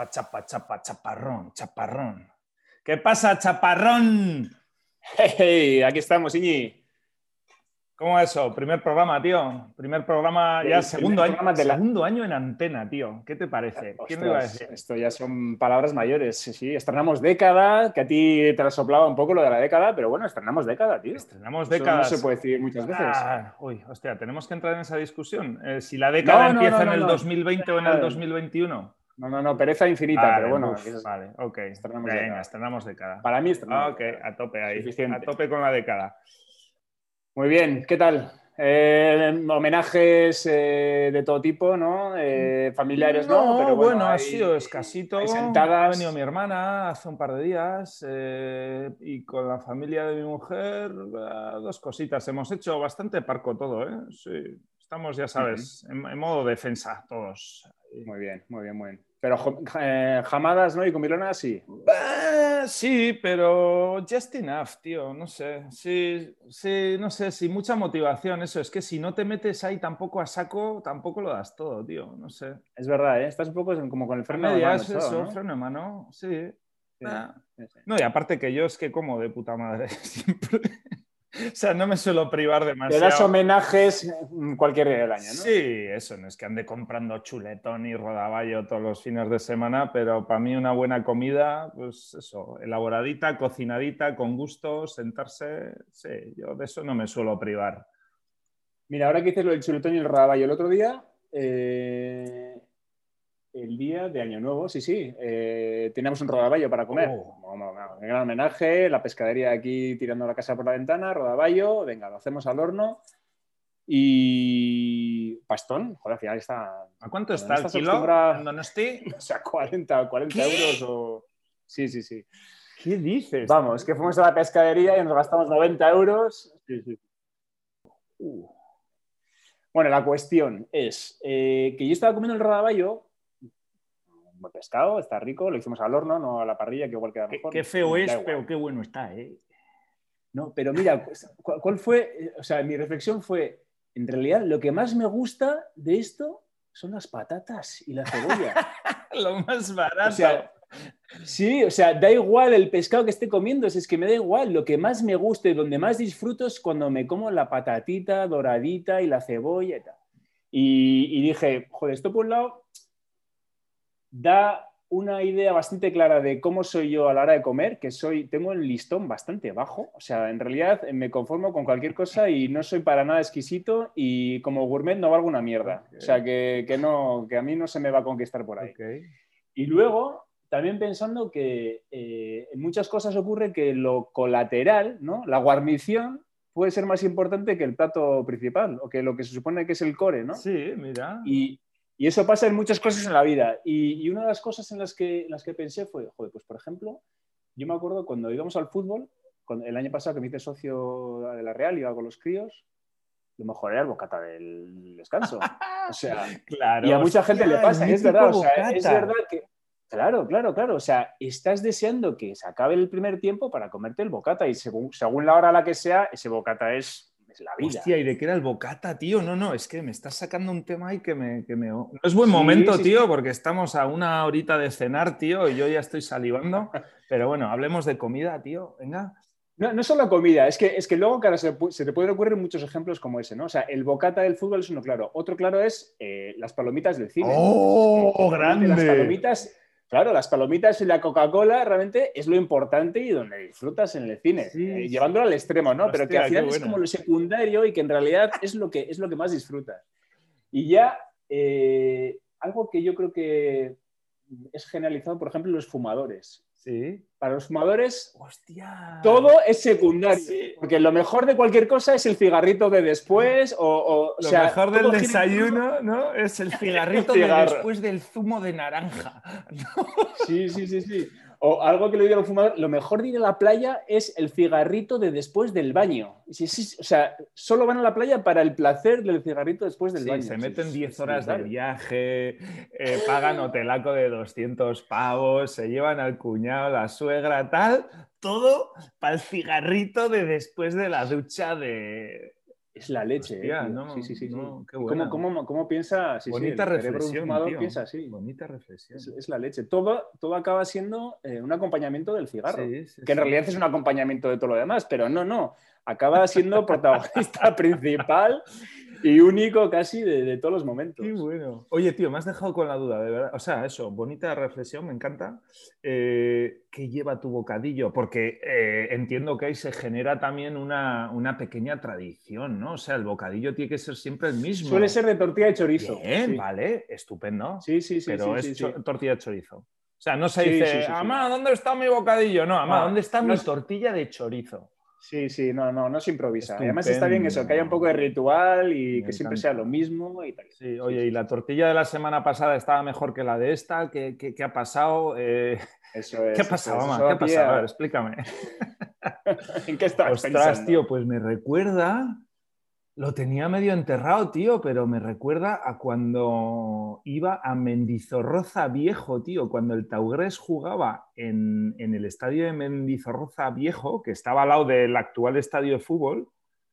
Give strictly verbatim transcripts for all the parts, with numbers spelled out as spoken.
chapa, chapa, chapa, chaparrón, chaparrón. ¿Qué pasa, chaparrón? Hey, hey, aquí estamos, Iñi. ¿Cómo es eso? Primer programa, tío. Primer programa, ya El segundo primer año, programa de la- segundo año en antena, tío. ¿Qué te parece? ¿Quién me iba a Ostras, decir? esto ya son palabras mayores. Sí, sí, estrenamos década, que a ti te la soplaba un poco lo de la década, pero bueno, estrenamos década, tío. Estrenamos Eso no décadas. se puede decir muchas veces. Ah, uy, hostia, tenemos que entrar en esa discusión. Eh, si la década No, no, empieza no, en no, el no. dos mil veinte o en el dos mil veintiuno. No, no, no, pereza infinita, pero Vale, bueno, uf, es- vale, ok. estrenamos Venga, década. estrenamos década. Para mí estrenamos Ok, década. a tope ahí. Suficiente. A tope con la década. Muy bien, ¿qué tal? Eh, homenajes eh, de todo tipo, ¿no? Eh, familiares no, pero No, bueno, bueno, ha hay, sido escasito. hay Ha venido mi sentadas. hermana hace un par de días eh, y con la familia de mi mujer eh, dos cositas. Hemos hecho bastante parco todo, ¿eh? Sí, estamos, ya Ujú. sabes, en, en modo defensa todos. Muy bien, muy bien, muy bien. Pero jo- eh, jamadas, ¿no? Y comilonas, sí. Eh, sí, pero just enough, tío, no sé. Sí, sí, no sé, sin mucha motivación. Eso es que si no te metes ahí tampoco a saco, tampoco lo das todo, tío, no sé. Es verdad, ¿eh? Estás un poco como con el A freno de mano medias, echado, eso, ¿no? freno de mano, sí. Sí, Ah. sí, sí. No, y aparte que yo es que como de puta madre siempre. O sea, no me suelo privar Te das demasiado. homenajes mm, cualquier día del año, ¿no? Sí, eso, no es que ande comprando chuletón y rodaballo todos los fines de semana, pero para mí una buena comida, pues eso, elaboradita, cocinadita, con gusto, sentarse, sí, yo de eso no me suelo privar. Mira, ahora que dices lo del chuletón y el rodaballo, el otro día, eh, el día de Año Nuevo, sí, sí, eh, teníamos un rodaballo para comer. Oh. Bueno, bueno, un gran homenaje, la pescadería aquí tirando la casa por la ventana, rodaballo, venga, lo hacemos al horno. Y pastón, joder, al final está. ¿A cuánto Cuando está no el estás kilo en acostumbrado, Donosti? o sea, cuarenta, cuarenta euros ¿Qué? o. Sí, sí, sí. ¿Qué dices? Vamos, que fuimos a la pescadería y nos gastamos noventa euros. Sí, sí. Uh. Bueno, la cuestión es eh, que yo estaba comiendo el rodaballo, un buen pescado, está rico, lo hicimos al horno, no a la parrilla, que igual queda Qué, mejor. qué feo Da es, igual. pero qué bueno está, ¿eh? No, pero mira, pues, ¿cuál, cuál fue? O sea, mi reflexión fue, en realidad, lo que más me gusta de esto son las patatas y la cebolla. Lo más O barato. sea, sí, o sea, da igual el pescado que esté comiendo, es que me da igual. Lo que más me gusta y donde más disfruto es cuando me como la patatita doradita y la cebolla y tal. Y, y dije, joder, esto por un lado da una idea bastante clara de cómo soy yo a la hora de comer, que soy, tengo el listón bastante bajo. O sea, en realidad me conformo con cualquier cosa y no soy para nada exquisito y como gourmet no valgo una mierda. Okay. O sea, que, que, no, que a mí no se me va a conquistar por ahí. Okay. Y luego, también pensando que eh, en muchas cosas ocurre que lo colateral, ¿no? La guarnición, puede ser más importante que el plato principal o que lo que se supone que es el core, ¿no? Sí, mira. Y, y eso pasa en muchas cosas en la vida. Y, y una de las cosas en las, que, en las que pensé fue, joder, pues por ejemplo, yo me acuerdo cuando íbamos al fútbol, cuando, el año pasado que me hice socio de la Real, iba con los críos, lo mejor era el bocata del descanso. O sea, claro, y a mucha hostia, gente le el pasa, y es mítico verdad, o sea, bocata. es verdad que, claro, claro, claro, o sea, estás deseando que se acabe el primer tiempo para comerte el bocata y según, según la hora a la que sea, ese bocata es, es la vida. Hostia, ¿y de qué era el bocata, tío? No, no, es que me estás sacando un tema ahí que me... Que me... No es buen Sí, momento, sí, tío, sí. porque estamos a una horita de cenar, tío, y yo ya estoy salivando. Pero bueno, hablemos de comida, tío, venga. No, no solo comida, es que, es que luego, claro, se, se te pueden ocurrir muchos ejemplos como ese, ¿no? O sea, el bocata del fútbol es uno claro. Otro claro es eh, las palomitas del cine, ¿no? ¡Oh, Eh, realmente las grande! palomitas, claro, las palomitas y la Coca-Cola realmente es lo importante y donde disfrutas en el cine, Sí, eh, sí. llevándolo al extremo, ¿no? Pero que al Hostia, qué final es como buena. lo secundario y que en realidad es lo que, es lo que más disfrutas. Y ya, eh, algo que yo creo que es generalizado, por ejemplo, los fumadores. Sí. Para los fumadores, Hostia. todo es secundario. Sí. Porque lo mejor de cualquier cosa es el cigarrito de después, o, o, o Lo sea, mejor del todo gira en torno desayuno, ¿no? Es el al cigarrito de cigarro. después del zumo de naranja. ¿No? Sí, sí, sí, sí. O algo que le digo al fumador, lo mejor de ir a la playa es el cigarrito de después del baño. Sí, sí, o sea, solo van a la playa para el placer del cigarrito después del Sí, baño. se Sí, meten es, diez es horas de brutal. viaje, eh, pagan hotelaco de doscientos pavos, se llevan al cuñado, la suegra, tal, todo para el cigarrito de después de la ducha de... Es la leche, Hostia, eh, tío. no, Sí, sí, sí. no, sí. qué ¿Y buena. cómo, cómo, cómo piensa? Sí, Bonita sí, el cerebro de un reflexión, fumador tío. piensa así. Bonita reflexión. Es, es la leche. Todo, todo acaba siendo eh, un acompañamiento del cigarro, Sí, sí, que en sí. realidad es un acompañamiento de todo lo demás, pero no, no. Acaba siendo protagonista principal y único casi de, de todos los momentos. Qué bueno. Oye, tío, me has dejado con la duda, de verdad. O sea, eso, bonita reflexión, me encanta. Eh, ¿qué lleva tu bocadillo? Porque eh, entiendo que ahí se genera también una, una pequeña tradición, ¿no? O sea, el bocadillo tiene que ser siempre el Suele mismo. ser de tortilla de chorizo. Bien, Sí, vale, estupendo. sí, sí, sí, Pero sí, es sí. Sí, cho- tortilla de chorizo. O sea, no se sí, sí, dice, sí, sí. Amá, ¿dónde está mi bocadillo? No, Amá, No, ¿dónde está no mi es- tortilla de chorizo? sí, sí, no, no, no se improvisa. Además está bien eso, que haya un poco Estupendo. de ritual y Me que siempre sea lo encanta. mismo y tal. Sí, Sí, oye, ¿y sí, sí, la sí. tortilla de la semana pasada estaba mejor que la de esta? ¿Qué, qué- qué ha pasado? Eh, Eso ¿qué ha es, eso pasado, es. mamá? Eso ¿Qué da ha pie pasado? A ver, a... explícame. ¿En qué estabas Ostras, pensando? tío, pues me recuerda, lo tenía medio enterrado, tío, pero me recuerda a cuando iba a Mendizorroza Viejo, tío, cuando el Taugrés jugaba en, en el estadio de Mendizorroza Viejo, que estaba al lado del actual estadio de fútbol.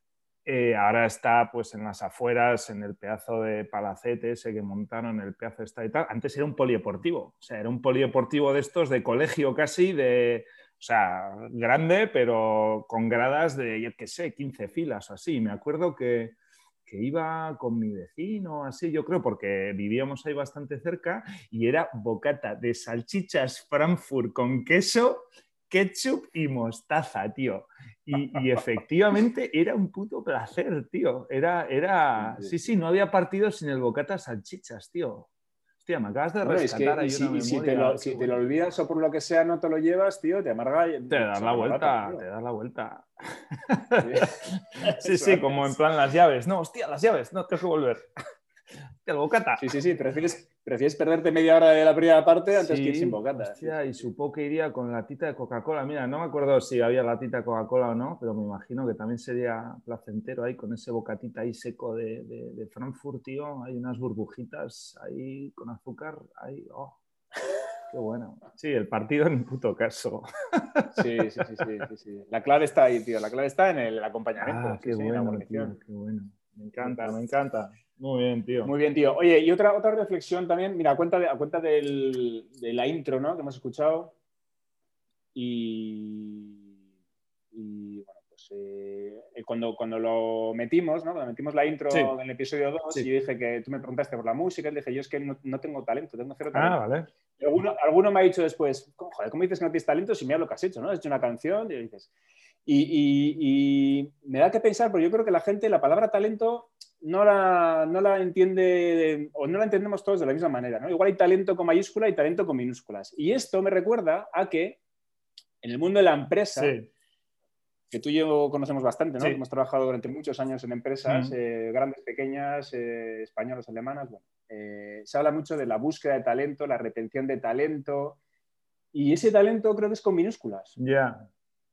Eh, ahora está pues en las afueras, en el pedazo de palacete ese que montaron, el pedazo está y tal. Antes era un polideportivo, o sea, era un polideportivo de estos de colegio casi, de, o sea, grande, pero con gradas de, yo qué sé, quince filas o así. Me acuerdo que, que iba con mi vecino, así, yo creo, porque vivíamos ahí bastante cerca, y era bocata de salchichas Frankfurt con queso, ketchup y mostaza, tío. Y, y, efectivamente era un puto placer, tío. Era, era... Sí, sí, no había partido sin el bocata salchichas, tío. Hostia, me acabas de Bueno, es que rescatar y ahí una si, y si te memoria. lo, Qué si te lo bueno. olvidas o por lo que sea no te lo llevas, tío, te amarga, Te das se la te amarga todo, vuelta, te tío. das la vuelta. Sí. Sí, Eso sí, como en es. plan las llaves. No, hostia, las llaves, no, tengo que volver. Hostia, el bocata. Sí, sí, sí, prefieres, prefieres perderte media hora de la primera parte antes que ir sin Sí, bocata. Sí, hostia, sí, y sí. supongo que iría con latita de Coca-Cola. Mira, no me acuerdo si había latita de Coca-Cola o no, pero me imagino que también sería placentero ahí con ese bocatita ahí seco de, de, de Frankfurt, tío. Hay unas burbujitas ahí con azúcar. Ahí, oh, qué bueno. Sí, el partido en puto caso. Sí, sí, sí, sí, sí, sí. La clave está ahí, tío. La clave está en el acompañamiento, Ah, sí, qué sí, en la bueno, tío, guarnición. qué bueno. Me encanta, me encanta. Muy bien, tío. Muy bien, tío. Oye, y otra, otra reflexión también, mira, a cuenta de, a cuenta del, de la intro, ¿no? Que hemos escuchado. Y, y bueno, pues eh, cuando, cuando lo metimos, ¿no? Cuando metimos la intro Sí, en el episodio dos, y sí. yo dije que tú me preguntaste por la música, y dije, yo es que no, no tengo talento, tengo cero Ah, talento. vale. Y alguno, alguno me ha dicho después, joder, ¿cómo dices que no tienes talento si mira lo que has hecho, ¿no? Has hecho una canción y dices... Y, y, y me da que pensar, porque yo creo que la gente, la palabra talento, no la, no la entiende, de, o no la entendemos todos de la misma manera, ¿no? Igual hay talento con mayúscula y talento con minúsculas. Y esto me recuerda a que en el mundo de la empresa, Sí, que tú y yo conocemos bastante, ¿no? Que sí. hemos trabajado durante muchos años en empresas, Mm. eh, grandes, pequeñas, eh, españolas, alemanas, bueno, eh, se habla mucho de la búsqueda de talento, la retención de talento, y ese talento creo que es con minúsculas. Ya. Yeah.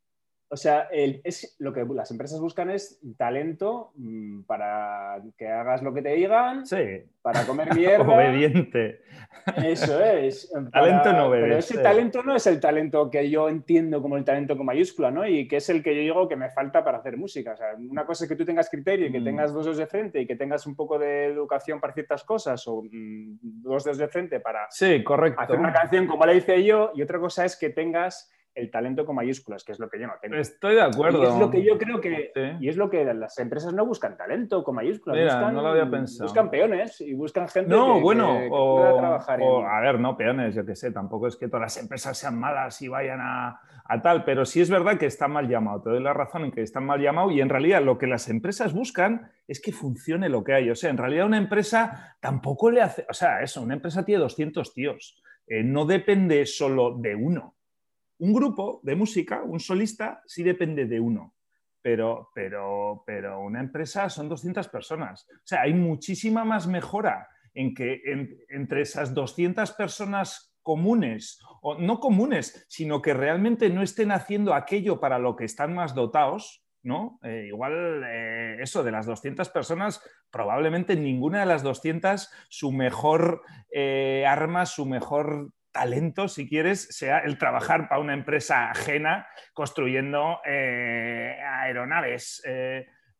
O sea, el, es, lo que las empresas buscan es talento mmm, para que hagas lo que te digan, Sí. para comer mierda. Obediente. Eso es. Talento no Para... Pero bebes. ese Sí. talento no es el talento que yo entiendo como el talento con mayúscula, ¿no? Y que es el que yo digo que me falta para hacer música. O sea, una cosa es que tú tengas criterio y que Mm. tengas dos dedos de frente y que tengas un poco de educación para ciertas cosas o mmm, dos dedos de frente para Sí, hacer una correcto. canción como la hice yo, y otra cosa es que tengas el talento con mayúsculas, que es lo que yo no tengo. Estoy de Y es lo que acuerdo. yo creo que, Sí. y es lo que las empresas no buscan talento con mayúsculas, Mira, no lo había buscan, pensado. buscan peones y buscan gente No, que, bueno, que, que pueda o, trabajar o, en... a ver, no, peones, yo qué sé, tampoco es que todas las empresas sean malas y vayan a, a tal, pero sí es verdad que está mal llamado, te doy la razón en que está mal llamado, y en realidad lo que las empresas buscan es que funcione lo que hay. O sea, en realidad una empresa tampoco le hace, o sea, eso, una empresa tiene doscientos tíos, eh, no depende solo de uno. Un grupo de música, un solista, sí depende de uno. Pero, pero, pero una empresa son doscientas personas. O sea, hay muchísima más mejora en que en, entre esas doscientas personas comunes, o no comunes, sino que realmente no estén haciendo aquello para lo que están más dotados, ¿no? Eh, igual eh, eso, de las doscientas personas, probablemente ninguna de las doscientas su mejor eh, arma, su mejor talento, si quieres, sea el trabajar para una empresa ajena construyendo eh, aeronaves. Eh,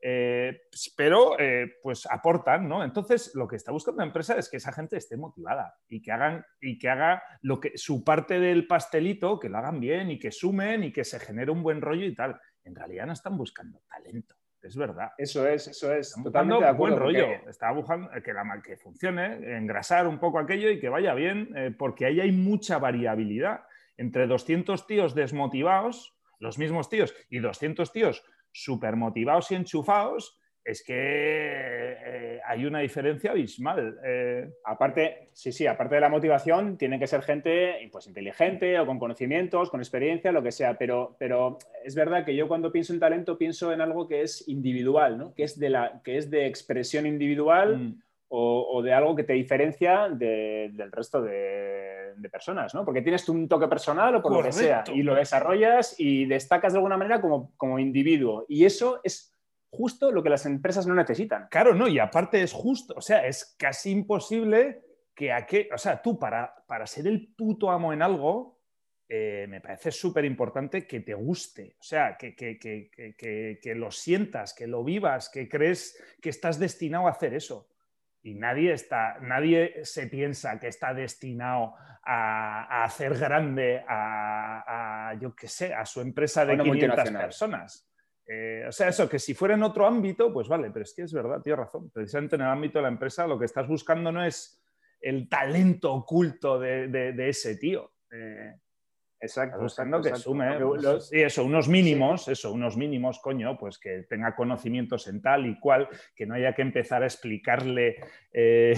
Eh, pero eh, pues aportan, ¿no? Entonces, lo que está buscando la empresa es que esa gente esté motivada y que hagan y que haga lo que, su parte del pastelito, que lo hagan bien y que sumen y que se genere un buen rollo y tal. En realidad no están buscando talento, es verdad. Eso es, eso es. Están Totalmente buscando de acuerdo. buen rollo, Porque... está buscando que, la, que funcione, engrasar un poco aquello y que vaya bien, eh, porque ahí hay mucha variabilidad. Entre doscientos tíos desmotivados, los mismos tíos, y doscientos tíos súper motivados y enchufados, es que eh, hay una diferencia abismal. Eh... Aparte, sí, sí, aparte de la motivación, tiene que ser gente pues, inteligente o con conocimientos, con experiencia, lo que sea, pero, pero es verdad que yo cuando pienso en talento pienso en algo que es individual, ¿no? Que es de, la, que es de expresión individual mm. o, o de algo que te diferencia de, del resto de, de personas, ¿no? Porque tienes tú un toque personal o por Correcto. Lo que sea y lo desarrollas y destacas de alguna manera como, como individuo y eso es justo lo que las empresas no necesitan. Claro, no, y aparte es justo, o sea, es casi imposible que a qué, o sea, tú para, para ser el puto amo en algo, eh, me parece súper importante que te guste, o sea, que, que, que, que, que lo sientas, que lo vivas, que crees que estás destinado a hacer eso. Y nadie, está, nadie se piensa que está destinado a, a hacer grande a, a, yo qué sé, a su empresa de quinientas personas. Eh, o sea, eso, que si fuera en otro ámbito, pues vale, pero es que es verdad, tienes razón. Precisamente en el ámbito de la empresa lo que estás buscando no es el talento oculto de, de, de ese tío. Eh, exacto. Estás buscando exacto, que exacto. sume, Los, pues, los, y eso, unos mínimos, sí. eso, unos mínimos, coño, pues que tenga conocimientos en tal y cual, que no haya que empezar a explicarle... Eh,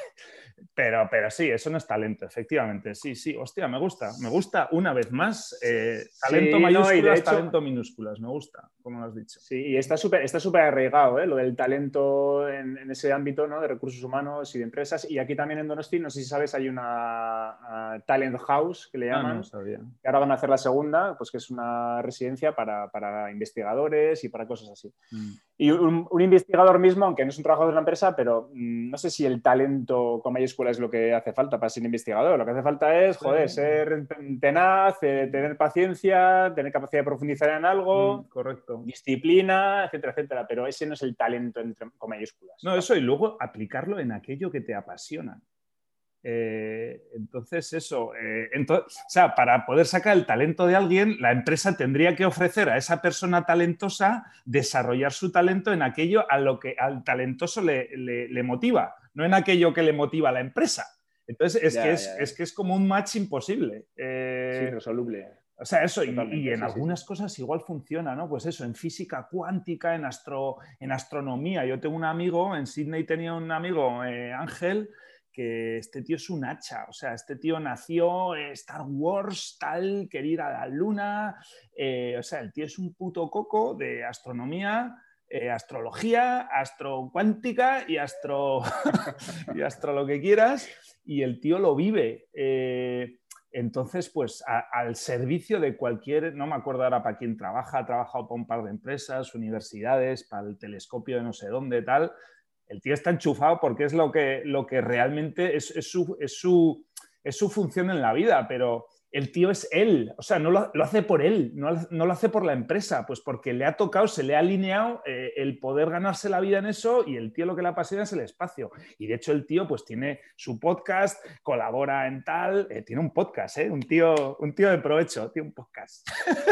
Pero, pero sí, eso no es talento, efectivamente. Sí, sí, hostia, me gusta. Me gusta una vez más. Eh, talento sí, mayúsculas, no, hecho, talento minúsculas. Me gusta, como lo has dicho. Sí, y está súper está súper arraigado, ¿eh? Lo del talento en, en ese ámbito, ¿no? De recursos humanos y de empresas. Y aquí también en Donosti, no sé si sabes, hay una uh, Talent House, que le llaman. Ah, no sabía. Que ahora van a hacer la segunda, pues que es una residencia para, para investigadores y para cosas así. Mm. Y un, un investigador mismo, aunque no es un trabajador de la empresa, pero mmm, no sé si el talento con mayúscula es lo que hace falta para ser investigador. Lo que hace falta es, joder, sí. ser tenaz, eh, tener paciencia, tener capacidad de profundizar en algo, mm, correcto. disciplina, etcétera, etcétera. Pero ese no es el talento entre, con mayúsculas. No, eso, y luego aplicarlo en aquello que te apasiona. Eh, entonces, eso, eh, entonces, o sea, para poder sacar el talento de alguien, la empresa tendría que ofrecer a esa persona talentosa desarrollar su talento en aquello a lo que al talentoso le, le, le motiva, no en aquello que le motiva a la empresa. Entonces, es, ya, que, es, ya, ya. es que es como un match imposible. Eh, sí, irresoluble. O sea, eso, y, y en sí, algunas sí, sí. cosas igual funciona, ¿no? Pues eso, en física cuántica, en, astro, en astronomía. Yo tengo un amigo, en Sydney tenía un amigo, eh, Ángel, que este tío es un hacha, o sea, este tío nació eh, Star Wars, tal, quería ir a la luna, eh, o sea, el tío es un puto coco de astronomía, eh, astrología, astrocuántica y astro, y astro lo que quieras, y el tío lo vive. Eh, entonces, pues, a, al servicio de cualquier, no me acuerdo ahora para quién trabaja, ha trabajado para un par de empresas, universidades, para el telescopio de no sé dónde, tal. El tío está enchufado porque es lo que, lo que realmente es, es, su, es, su, es su función en la vida, pero el tío es él, o sea, no lo, lo hace por él, no, no lo hace por la empresa, pues porque le ha tocado, se le ha alineado eh, el poder ganarse la vida en eso y el tío lo que le apasiona es el espacio. Y de hecho el tío pues tiene su podcast, colabora en tal, eh, tiene un podcast, ¿eh? un, tío, un tío de provecho, tiene un podcast.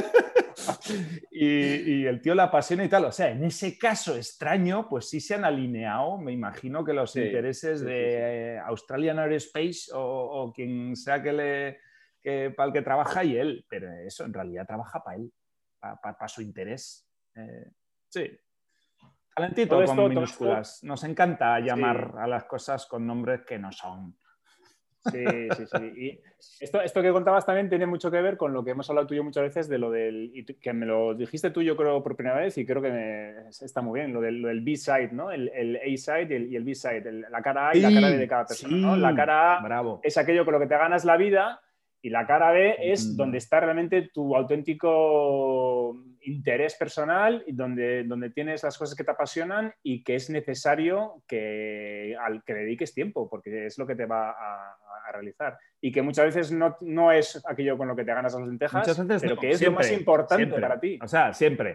y, y el tío le apasiona y tal. O sea, en ese caso extraño, pues sí se han alineado, me imagino que los sí, intereses sí, de sí, sí. Australian Aerospace o, o quien sea que le, que, para el que trabaja y él, pero eso en realidad trabaja para él, para, para, para su interés. Eh, sí. Talentito todo con esto, minúsculas. Esto... Nos encanta llamar sí. a las cosas con nombres que no son. Sí, sí, sí. Y esto, esto que contabas también tiene mucho que ver con lo que hemos hablado tú y yo muchas veces de lo del... Y que me lo dijiste tú yo creo por primera vez y creo que me, está muy bien, lo del, lo del B-side, ¿no? El, el A-side y el, y el B-side, el, la cara A y sí, la cara B de cada persona, sí, ¿no? La cara A bravo. es aquello con lo que te ganas la vida y la cara B es mm. donde está realmente tu auténtico interés personal y donde, donde tienes las cosas que te apasionan y que es necesario que, al que dediques tiempo porque es lo que te va a, a realizar y que muchas veces no, no es aquello con lo que te ganas las lentejas, muchas veces pero no, que es siempre, lo más importante siempre. para ti. O sea, siempre.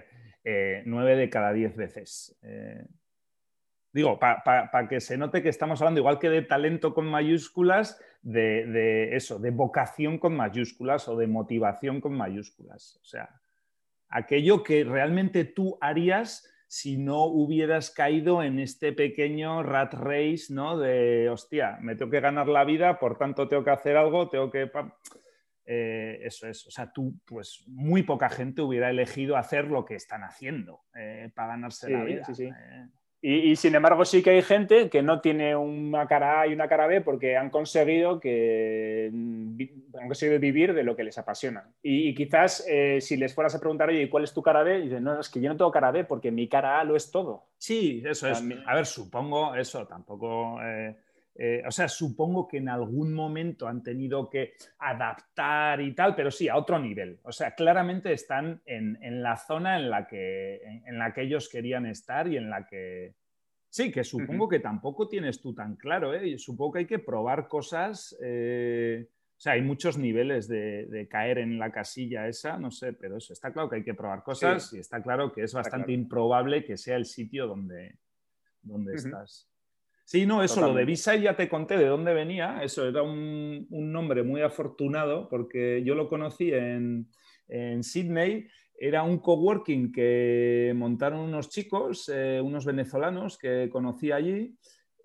eh, nueve de cada diez veces. Eh, digo, para pa, pa que se note que estamos hablando, igual que de talento con mayúsculas, de, de eso, de vocación con mayúsculas o de motivación con mayúsculas. O sea, aquello que realmente tú harías si no hubieras caído en este pequeño rat race, ¿no? De, hostia, me tengo que ganar la vida, por tanto tengo que hacer algo, tengo que... Eh, eso es, o sea, tú, pues muy poca gente hubiera elegido hacer lo que están haciendo eh, para ganarse Sí, la vida. sí, sí. Eh, Y, y sin embargo sí que hay gente que no tiene una cara A y una cara B porque han conseguido, que, han conseguido vivir de lo que les apasiona. Y, y quizás eh, si les fueras a preguntar, oye, ¿y cuál es tu cara B? Y dicen, no, es que yo no tengo cara B porque mi cara A lo es todo. Sí, eso O sea, es. mi... A ver, supongo eso, tampoco... Eh, eh, o sea, supongo que en algún momento han tenido que adaptar y tal, pero sí, a otro nivel. O sea, claramente están en, en la zona en la, que, en, en la que ellos querían estar y en la que... Sí, que supongo Uh-huh. que tampoco tienes tú tan claro, ¿eh? Supongo que hay que probar cosas... Eh... O sea, hay muchos niveles de, de caer en la casilla esa, no sé, pero eso, está claro que hay que probar cosas Sí, y está claro que es está bastante claro. improbable que sea el sitio donde, donde Uh-huh. estás. Sí, no, eso, lo de Totalmente. B-Side ya te conté de dónde venía, eso era un, un nombre muy afortunado porque yo lo conocí en, en Sydney, era un coworking que montaron unos chicos, eh, unos venezolanos que conocí allí.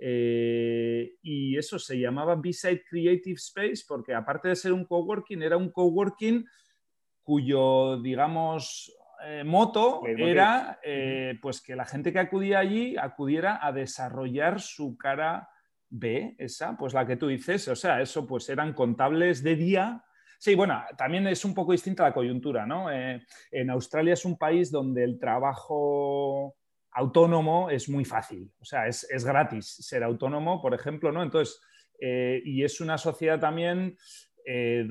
Eh, y eso se llamaba B-Side Creative Space porque aparte de ser un coworking, era un coworking cuyo, digamos, eh, moto Leitmotiv. era Uh-huh. eh, pues que la gente que acudía allí acudiera a desarrollar su cara B, esa, pues la que tú dices, o sea, eso pues eran contables de día. Sí, bueno, también es un poco distinta la coyuntura, ¿no? Eh, en Australia es un país donde el trabajo autónomo es muy fácil, o sea, es, es gratis ser autónomo, por ejemplo, ¿no? Entonces, eh, y es una sociedad también eh,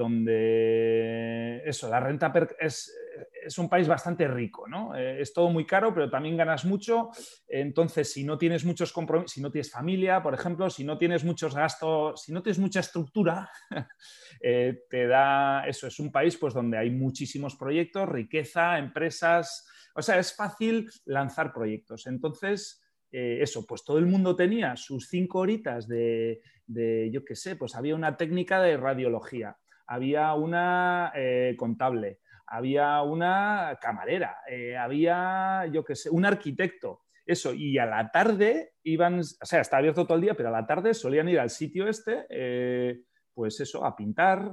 donde eso, la renta per, es, es, un país bastante rico, ¿no? Eh, es todo muy caro, pero también ganas mucho. Entonces, si no tienes muchos compromisos, si no tienes familia, por ejemplo, si no tienes muchos gastos, si no tienes mucha estructura, eh, te da eso. Es un país pues, donde hay muchísimos proyectos, riqueza, empresas. O sea, es fácil lanzar proyectos. Entonces, eh, eso, pues todo el mundo tenía sus cinco horitas de, de yo qué sé, pues había una técnica de radiología, había una eh, contable, había una camarera, eh, había, yo qué sé, un arquitecto. Eso, y a la tarde iban, o sea, está abierto todo el día, pero a la tarde solían ir al sitio este, eh, pues eso, a pintar,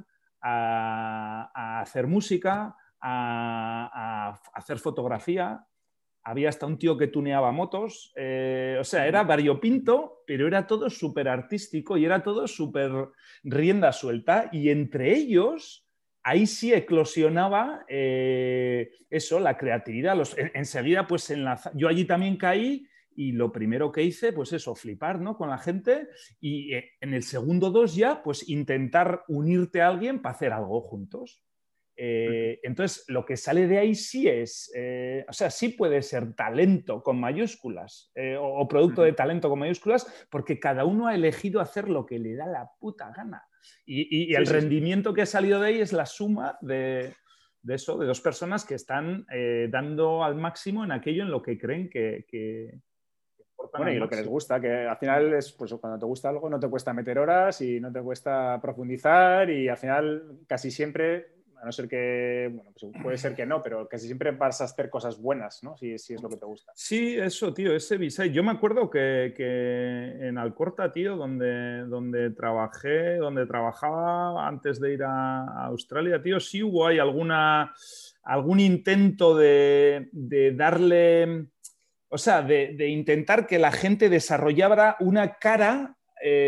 a, a hacer música, a, a hacer fotografía. Había hasta un tío que tuneaba motos, eh, o sea, era variopinto, pero era todo súper artístico y era todo súper rienda suelta. Y entre ellos, ahí sí eclosionaba eh, eso, la creatividad. Los, en, enseguida, pues enlaza, yo allí también caí y lo primero que hice, pues eso, flipar, ¿no? Con la gente y eh, en el segundo dos ya, pues intentar unirte a alguien para hacer algo juntos. Eh, entonces, lo que sale de ahí sí es, eh, o sea, sí puede ser talento con mayúsculas eh, o, o, producto de talento con mayúsculas, porque cada uno ha elegido hacer lo que le da la puta gana. Y, y, y el Sí, sí, sí. rendimiento que ha salido de ahí es la suma de, de eso, de dos personas que están eh, dando al máximo en aquello en lo que creen que, que, que aportan Bueno, al y lo que les máximo. gusta, que al final es, pues cuando te gusta algo no te cuesta meter horas y no te cuesta profundizar y al final casi siempre, a no ser que, bueno, pues puede ser que no, pero casi siempre vas a hacer cosas buenas, ¿no? Si, si es lo que te gusta. Sí, eso, tío, ese B-Side. Yo me acuerdo que, que en Alcorta, tío, donde, donde trabajé, donde trabajaba antes de ir a, a Australia, tío, sí hubo ahí alguna, algún intento de, de darle, o sea, de, de, intentar que la gente desarrollara una cara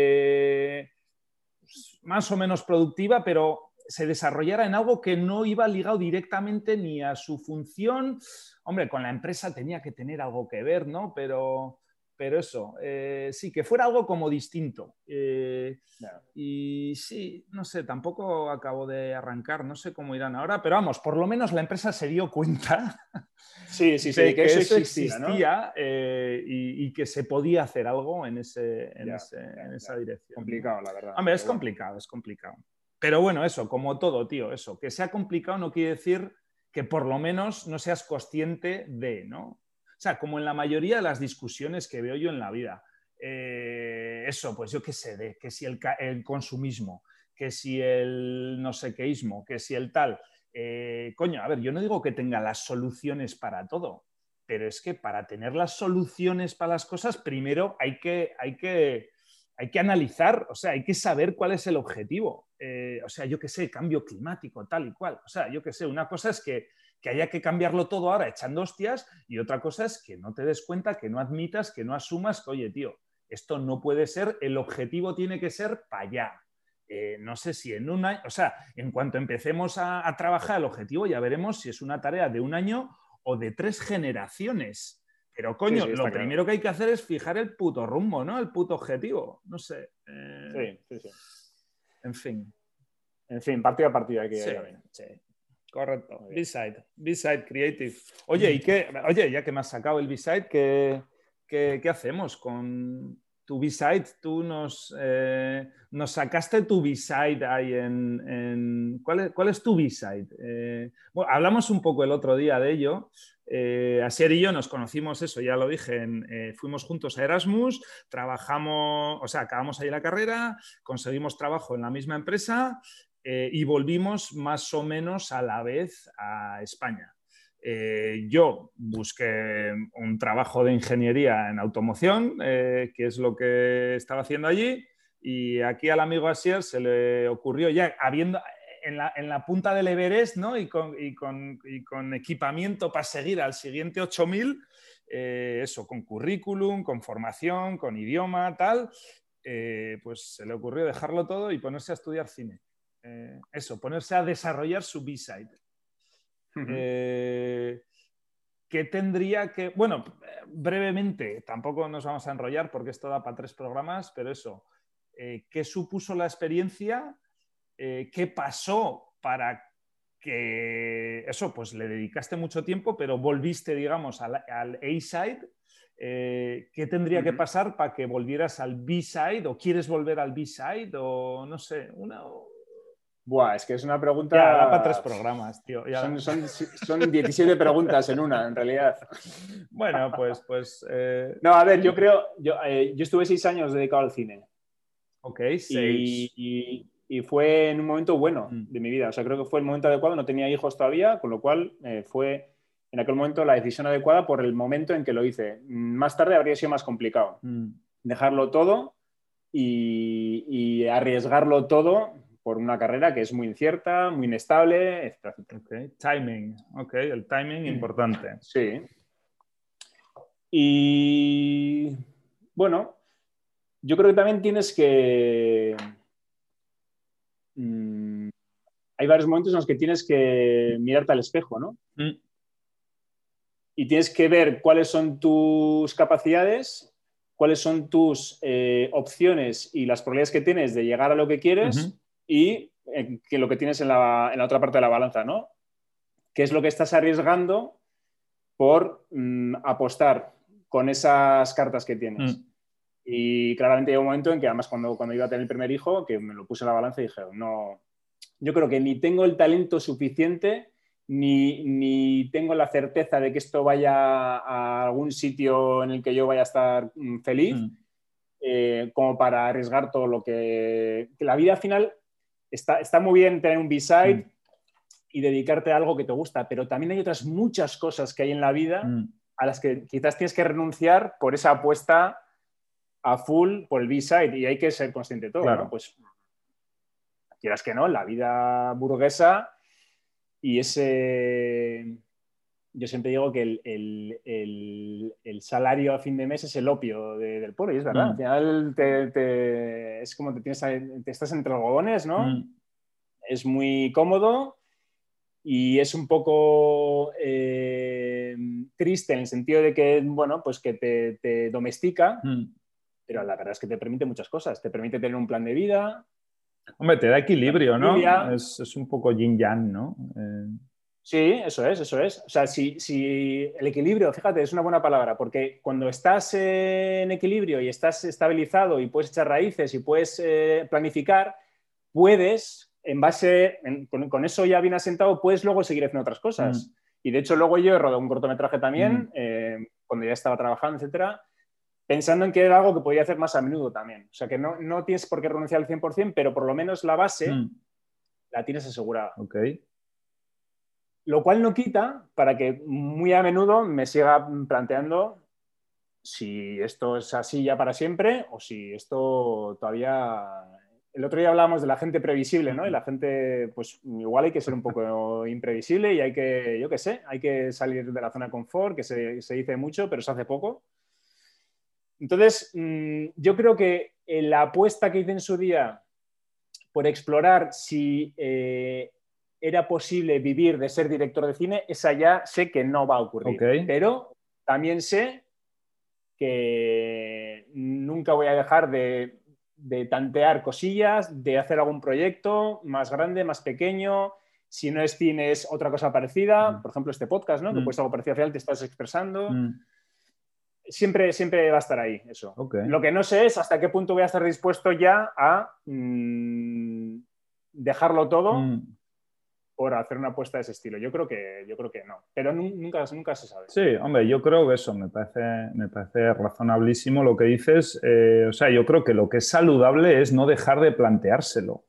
eh, más o menos productiva, pero se desarrollara en algo que no iba ligado directamente ni a su función. Hombre, con la empresa tenía que tener algo que ver, ¿no? Pero, pero eso, eh, sí, que fuera algo como distinto. Eh, Claro. y sí, no sé, tampoco acabo de arrancar, no sé cómo irán ahora, pero vamos, por lo menos la empresa se dio cuenta Sí, sí, sí, de de que que eso eso existía, ¿no? existía eh, y, y, que se podía hacer algo en, ese, en, Ya, ese, ya, en esa ya. dirección, ¿no? Complicado, la verdad, Hombre, es pero bueno. complicado, es complicado. Pero bueno, eso, como todo, tío, eso. Que sea complicado no quiere decir que por lo menos no seas consciente de, ¿no? O sea, como en la mayoría de las discusiones que veo yo en la vida. Eh, eso, pues yo qué sé, de que si el, el consumismo, que si el no sé quéismo, que si el tal. Eh, coño, a ver, yo no digo que tenga las soluciones para todo, pero es que para tener las soluciones para las cosas, primero hay que, hay que, hay que analizar, o sea, hay que saber cuál es el objetivo. Eh, o sea, yo qué sé, cambio climático, tal y cual. O sea, yo qué sé, una cosa es que, que haya que cambiarlo todo ahora echando hostias y otra cosa es que no te des cuenta, que no admitas, que no asumas que, oye, tío, esto no puede ser, el objetivo tiene que ser para allá. Eh, no sé si en un año, o sea, en cuanto empecemos a, a trabajar el objetivo ya veremos si es una tarea de un año o de tres generaciones. Pero, coño, Sí, sí, lo claro. primero que hay que hacer es fijar el puto rumbo, ¿no? El puto objetivo. No sé. Eh... Sí, sí, sí. En fin. En fin, partido a partido hay que sí, ir a ver. Sí, correcto. B-Side. B-Side Creative. Oye, ¿y qué? Oye, ya que me has sacado el B-Side, ¿qué, qué, qué hacemos con tu B-Side? Tú nos, eh, nos sacaste tu B-Side ahí en... en... ¿Cuál, es, ¿Cuál es tu B-Side? Eh, bueno, hablamos un poco el otro día de ello. Eh, Asier y yo nos conocimos, eso ya lo dije, en, eh, fuimos juntos a Erasmus, trabajamos, o sea, acabamos ahí la carrera, conseguimos trabajo en la misma empresa eh, y volvimos más o menos a la vez a España. Eh, yo busqué un trabajo de ingeniería en automoción, eh, que es lo que estaba haciendo allí, y aquí al amigo Asier se le ocurrió, ya habiendo... En la, en la punta del Everest, ¿no? y, con, y, con, y con equipamiento para seguir al siguiente ocho mil, eh, eso, con currículum, con formación, con idioma, tal, eh, pues se le ocurrió dejarlo todo y ponerse a estudiar cine. Eh, eso, ponerse a desarrollar su B-Side. Uh-huh. Eh, ¿Qué tendría que...? Bueno, brevemente, tampoco nos vamos a enrollar porque esto da para tres programas, pero eso, eh, ¿qué supuso la experiencia? Eh, ¿Qué pasó para que eso, pues le dedicaste mucho tiempo, pero volviste, digamos, al, al A-side? Eh, ¿Qué tendría uh-huh. que pasar para que volvieras al B-side? ¿O quieres volver al B-side? O no sé, una... Buah, es que es una pregunta... Ya, da para tres programas, tío. Ya son, son, son diecisiete preguntas en una, en realidad. Bueno, pues... pues eh... No, a ver, yo creo... Yo, eh, yo estuve seis años dedicado al cine. Ok, seis. Y, y, y fue en un momento bueno mm. de mi vida. O sea, creo que fue el momento adecuado. No tenía hijos todavía, con lo cual eh, fue en aquel momento la decisión adecuada por el momento en que lo hice. Más tarde habría sido más complicado. Mm. Dejarlo todo y, y arriesgarlo todo por una carrera que es muy incierta, muy inestable, etcétera, etcétera. Okay. Timing, ok, el timing importante. Sí. Y bueno, yo creo que también tienes que... Mm, hay varios momentos en los que tienes que mirarte al espejo, ¿no? Mm. Y tienes que ver cuáles son tus capacidades, cuáles son tus eh, opciones y las probabilidades que tienes de llegar a lo que quieres. Uh-huh. Y eh, que lo que tienes en la, en la otra parte de la balanza, ¿no? ¿Qué es lo que estás arriesgando por mm, apostar con esas cartas que tienes? Mm. Y claramente llegó un momento en que, además, cuando, cuando iba a tener el primer hijo, que me lo puse en la balanza y dije, no, yo creo que ni tengo el talento suficiente, ni, ni tengo la certeza de que esto vaya a algún sitio en el que yo vaya a estar mm, feliz, mm. Eh, como para arriesgar todo lo que... que la vida al final... Está, está muy bien tener un B-side mm. y dedicarte a algo que te gusta, pero también hay otras muchas cosas que hay en la vida mm. a las que quizás tienes que renunciar por esa apuesta a full por el B-side y hay que ser consciente de todo. Claro. ¿No? Pues quieras que no, la vida burguesa y ese... Yo siempre digo que el, el, el, el salario a fin de mes es el opio de, del pobre, y es verdad. Mm. Al final te, te, es como te, tienes, te estás entre algodones, ¿no? Mm. Es muy cómodo y es un poco eh, triste en el sentido de que, bueno, pues que te, te domestica, mm. pero la verdad es que te permite muchas cosas. Te permite tener un plan de vida. Hombre, te da equilibrio, ¿no? Es, es un poco yin-yang, ¿no? Eh... Sí, eso es, eso es. O sea, si, si el equilibrio, fíjate, es una buena palabra, porque cuando estás en equilibrio y estás estabilizado y puedes echar raíces y puedes eh, planificar, puedes en base, en, con, con eso ya bien asentado, puedes luego seguir haciendo otras cosas. Mm. Y de hecho luego yo he rodado un cortometraje también, mm. eh, cuando ya estaba trabajando, etcétera, pensando en que era algo que podía hacer más a menudo también. O sea, que no, no tienes por qué renunciar al cien por ciento, pero por lo menos la base mm. la tienes asegurada. Okay. Lo cual no quita para que muy a menudo me siga planteando si esto es así ya para siempre o si esto todavía... El otro día hablábamos de la gente previsible, ¿no? Y la gente, pues igual hay que ser un poco imprevisible y hay que, yo qué sé, hay que salir de la zona de confort, que se, se dice mucho, pero se hace poco. Entonces, mmm, yo creo que la apuesta que hice en su día por explorar si eh, era posible vivir de ser director de cine, esa ya sé que no va a ocurrir. Okay. Pero también sé que nunca voy a dejar de... de tantear cosillas, de hacer algún proyecto más grande, más pequeño. Si no es cine, es otra cosa parecida. Mm. Por ejemplo, este podcast, ¿no? Mm. Que puede ser algo parecido, al final te estás expresando. Mm. Siempre, siempre va a estar ahí, eso. Okay. Lo que no sé es hasta qué punto voy a estar dispuesto ya a mmm, dejarlo todo mm. por hacer una apuesta de ese estilo. Yo creo que, yo creo que no. Pero nunca, nunca se sabe. Sí, hombre, yo creo que eso me parece, me parece razonablísimo lo que dices. Eh, o sea, yo creo que lo que es saludable es no dejar de planteárselo.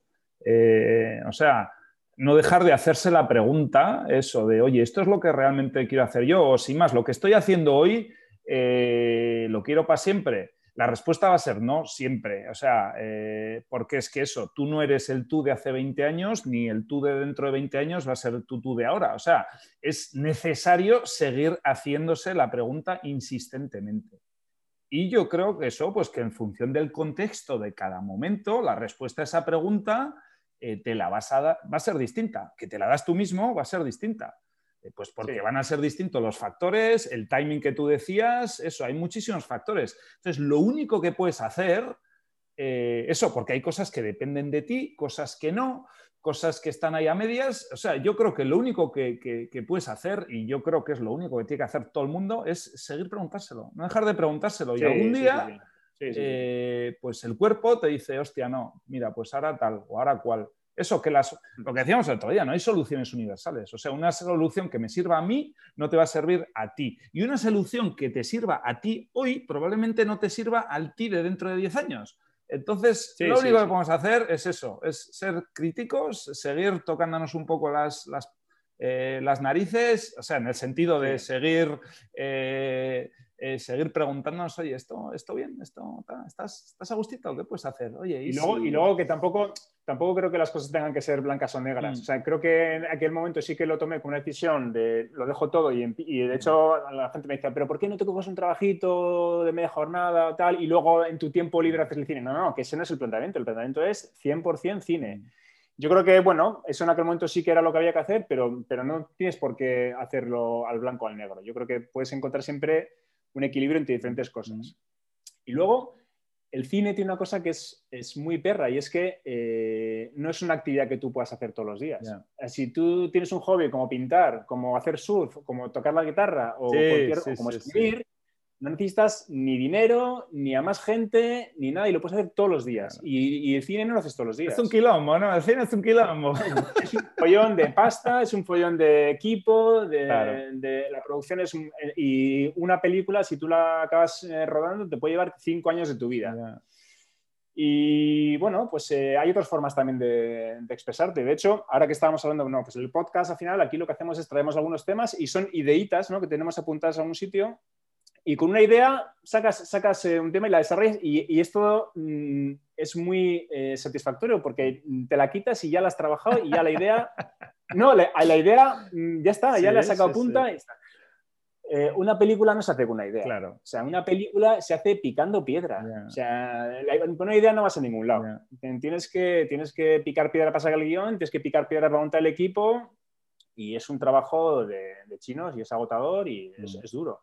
Eh, o sea, no dejar de hacerse la pregunta, eso de, oye, ¿esto es lo que realmente quiero hacer yo? O sin más, lo que estoy haciendo hoy, eh, ¿lo quiero para siempre? La respuesta va a ser no, siempre. O sea, eh, porque es que eso, tú no eres el tú de hace veinte años, ni el tú de dentro de veinte años va a ser tu tú de ahora. O sea, es necesario seguir haciéndose la pregunta insistentemente. Y yo creo que eso, pues que en función del contexto de cada momento, la respuesta a esa pregunta eh, te la vas a dar, va a ser distinta. Que te la das tú mismo va a ser distinta. Pues porque sí. Van a ser distintos los factores, el timing que tú decías, eso, hay muchísimos factores. Entonces, lo único que puedes hacer, eh, eso, porque hay cosas que dependen de ti, cosas que no, cosas que están ahí a medias. O sea, yo creo que lo único que, que, que puedes hacer, y yo creo que es lo único que tiene que hacer todo el mundo, es seguir preguntárselo, no dejar de preguntárselo. Sí, y algún día, sí, sí, sí. Sí, sí, eh, sí. pues el cuerpo te dice, hostia, no, mira, pues ahora tal o ahora cual. Eso, que las, lo que decíamos el otro día, no hay soluciones universales. O sea, una solución que me sirva a mí no te va a servir a ti. Y una solución que te sirva a ti hoy probablemente no te sirva al ti de dentro de diez años. Entonces, sí, lo único sí, que sí. podemos hacer es eso, es ser críticos, seguir tocándonos un poco las, las, eh, las narices, o sea, en el sentido de sí. seguir... Eh, Eh, seguir preguntándonos, oye, ¿esto, esto bien? ¿Esto, ¿estás, ¿Estás a gustito? ¿Qué puedes hacer? Oye, ¿y, y, luego, si... y luego que tampoco, tampoco creo que las cosas tengan que ser blancas o negras. Mm. O sea, creo que en aquel momento sí que lo tomé con una decisión de lo dejo todo y, y de hecho la gente me decía, ¿pero por qué no te coges un trabajito de media jornada o tal y luego en tu tiempo libre haces el cine? No, no, que ese no es el planteamiento. El planteamiento es cien por ciento cine. Mm. Yo creo que, bueno, eso en aquel momento sí que era lo que había que hacer, pero, pero no tienes por qué hacerlo al blanco o al negro. Yo creo que puedes encontrar siempre un equilibrio entre diferentes cosas. Mm. Y luego, el cine tiene una cosa que es, es muy perra y es que eh, no es una actividad que tú puedas hacer todos los días. Yeah. Si tú tienes un hobby como pintar, como hacer surf, como tocar la guitarra o, sí, cualquier, sí, o como sí, escribir, sí. no necesitas ni dinero, ni a más gente, ni nada y lo puedes hacer todos los días. Claro. Y, y el cine no lo haces todos los días. Es un quilombo, ¿no? El cine es un quilombo. Es un follón de pasta, es un follón de equipo, de, claro. de la producción es un, y una película, si tú la acabas eh, rodando, te puede llevar cinco años de tu vida. Yeah. Y bueno, pues eh, hay otras formas también de, de expresarte. De hecho, ahora que estábamos hablando, no, pues el podcast al final, aquí lo que hacemos es traemos algunos temas y son ideitas, ¿no? Que tenemos apuntadas a un sitio. Y con una idea sacas, sacas eh, un tema y la desarrollas y, y esto mm, es muy eh, satisfactorio porque te la quitas y ya la has trabajado y ya la idea... No, la, la idea mm, ya está, sí, ya le has sacado sí, punta sí. y está. Eh, una película no se hace con una idea. Claro. O sea, una película se hace picando piedra. Yeah. O sea, con una idea no vas a ningún lado. Yeah. Tienes que, tienes que picar piedra para sacar el guión, tienes que picar piedra para montar el equipo y es un trabajo de, de chinos y es agotador y es, mm. es duro.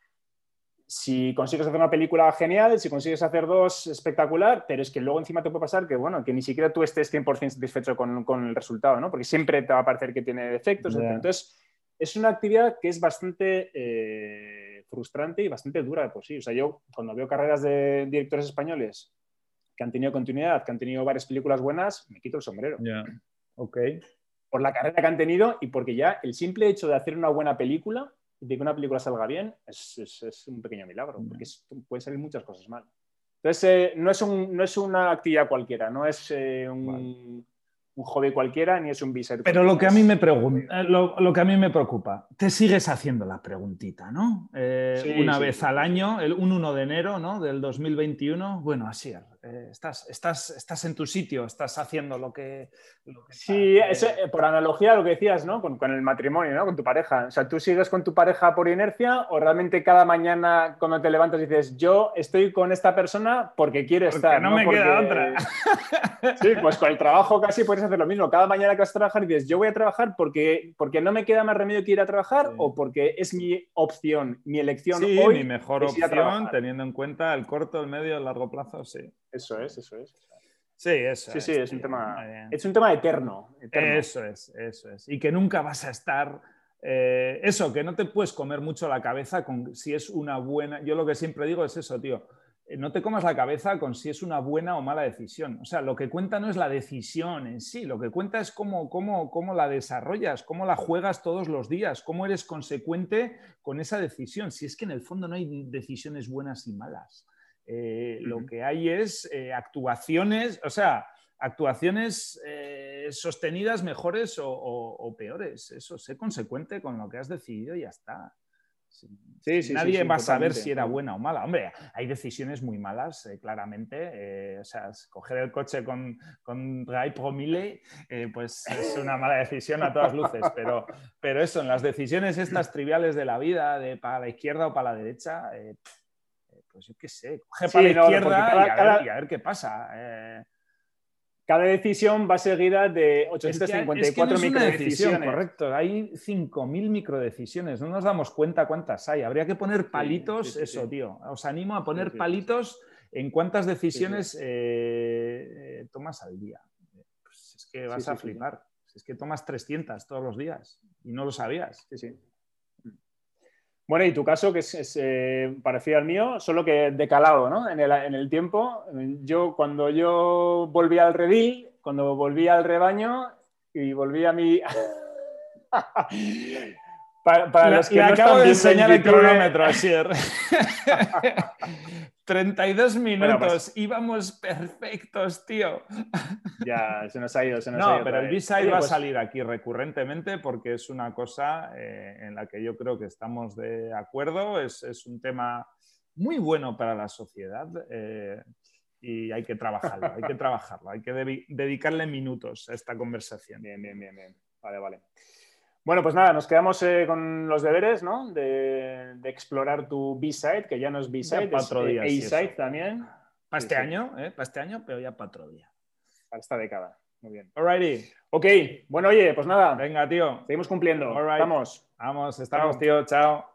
Si consigues hacer una película genial, si consigues hacer dos, espectacular, pero es que luego encima te puede pasar que, bueno, que ni siquiera tú estés cien por ciento satisfecho con, con el resultado, ¿no? Porque siempre te va a parecer que tiene defectos, yeah. etcétera. Entonces, es una actividad que es bastante eh, frustrante y bastante dura de por sí. O sea, yo cuando veo carreras de directores españoles que han tenido continuidad, que han tenido varias películas buenas, me quito el sombrero. Yeah. Ok. Por la carrera que han tenido y porque ya el simple hecho de hacer una buena película, de que una película salga bien, es, es, es un pequeño milagro, porque es, pueden salir muchas cosas mal. Entonces, eh, no, es un, no es una actividad cualquiera, no es eh, un, vale. un hobby cualquiera, ni es un B-side Pero cualquiera. lo que a mí me pregunta, lo, lo que a mí me preocupa, te sigues haciendo la preguntita, ¿no? Eh, sí, una sí, vez sí, al sí, año, el un uno de enero, ¿no? Del dos mil veintiuno. Bueno, Asier, eh, estás, estás, estás en tu sitio, estás haciendo lo que... Lo que sí, está, eso, eh, por analogía a lo que decías, ¿no? Con, con el matrimonio, ¿no? Con tu pareja. O sea, ¿tú sigues con tu pareja por inercia o realmente cada mañana cuando te levantas dices, yo estoy con esta persona porque quiero porque estar, no, no me porque... queda otra. Sí, pues con el trabajo casi puedes hacer lo mismo. Cada mañana que vas a trabajar dices, yo voy a trabajar porque, porque no me queda más remedio que ir a trabajar, sí. O porque es mi opción, mi elección sí, hoy. Mi mejor opción, teniendo en cuenta el corto, el medio, el largo plazo, sí. Eso es, eso es. Sí, eso sí, es. Sí, es un tema, es un tema eterno, eterno. Eso es, eso es. Y que nunca vas a estar... Eh, eso, que no te puedes comer mucho la cabeza con si es una buena... Yo lo que siempre digo es eso, tío. No te comas la cabeza con si es una buena o mala decisión. O sea, lo que cuenta no es la decisión en sí, lo que cuenta es cómo, cómo, cómo la desarrollas, cómo la juegas todos los días, cómo eres consecuente con esa decisión. Si es que en el fondo no hay decisiones buenas y malas. Eh, uh-huh. Lo que hay es eh, actuaciones, o sea, actuaciones eh, sostenidas mejores o, o, o peores. Eso, sé consecuente con lo que has decidido y ya está. Sí, sí, sí, nadie sí, sí, va a saber si era buena o mala. Hombre, hay decisiones muy malas, eh, claramente. Eh, o sea, coger el coche con, con Ray Promille, eh, pues es una mala decisión a todas luces. Pero, pero eso, en las decisiones estas triviales de la vida, de para la izquierda o para la derecha, eh, pues yo qué sé, coge sí, para la no, izquierda cada, y, a cada... ver, y a ver qué pasa. Eh, Cada decisión va seguida de ochocientas cincuenta y cuatro es que, es que no es una decisión, correcto. Hay cinco mil microdecisiones. No nos damos cuenta cuántas hay. Habría que poner palitos, sí, sí, sí, eso, sí. tío. Os animo a poner sí, sí, palitos sí, sí. en cuántas decisiones sí, sí. Eh, eh, tomas al día. Pues es que vas sí, sí, a flipar. Sí, sí. Es que tomas trescientas todos los días y no lo sabías. Sí, sí. Bueno, y tu caso, que es, es eh, parecido al mío, solo que decalado, ¿no? En el, en el tiempo. Yo, cuando yo volví al redil, cuando volví al rebaño y volví a mi... para, para la, los que le no acabo de enseñar el YouTube... cronómetro, Asier. treinta y dos minutos. Bueno, pues... Íbamos perfectos, tío. Ya, se nos ha ido, se nos no, ha ido. Pero el B-Side va pues... a salir aquí recurrentemente porque es una cosa eh, en la que yo creo que estamos de acuerdo. Es, es un tema muy bueno para la sociedad eh, y hay que trabajarlo, hay que trabajarlo, hay que de dedicarle minutos a esta conversación. Bien, bien, bien, bien. Vale, vale. Bueno, pues nada, nos quedamos eh, con los deberes, ¿no? De, de explorar tu B-Side, que ya no es B-Side, es día, A-Side sí, también. Para este sí, año, sí. ¿eh? Para este año, pero ya para otro día. Para esta década. Muy bien. Alrighty. Ok, bueno, oye, pues nada. Venga, tío. Seguimos cumpliendo. All right. Vamos. Vamos, estamos, chao. Tío. Chao.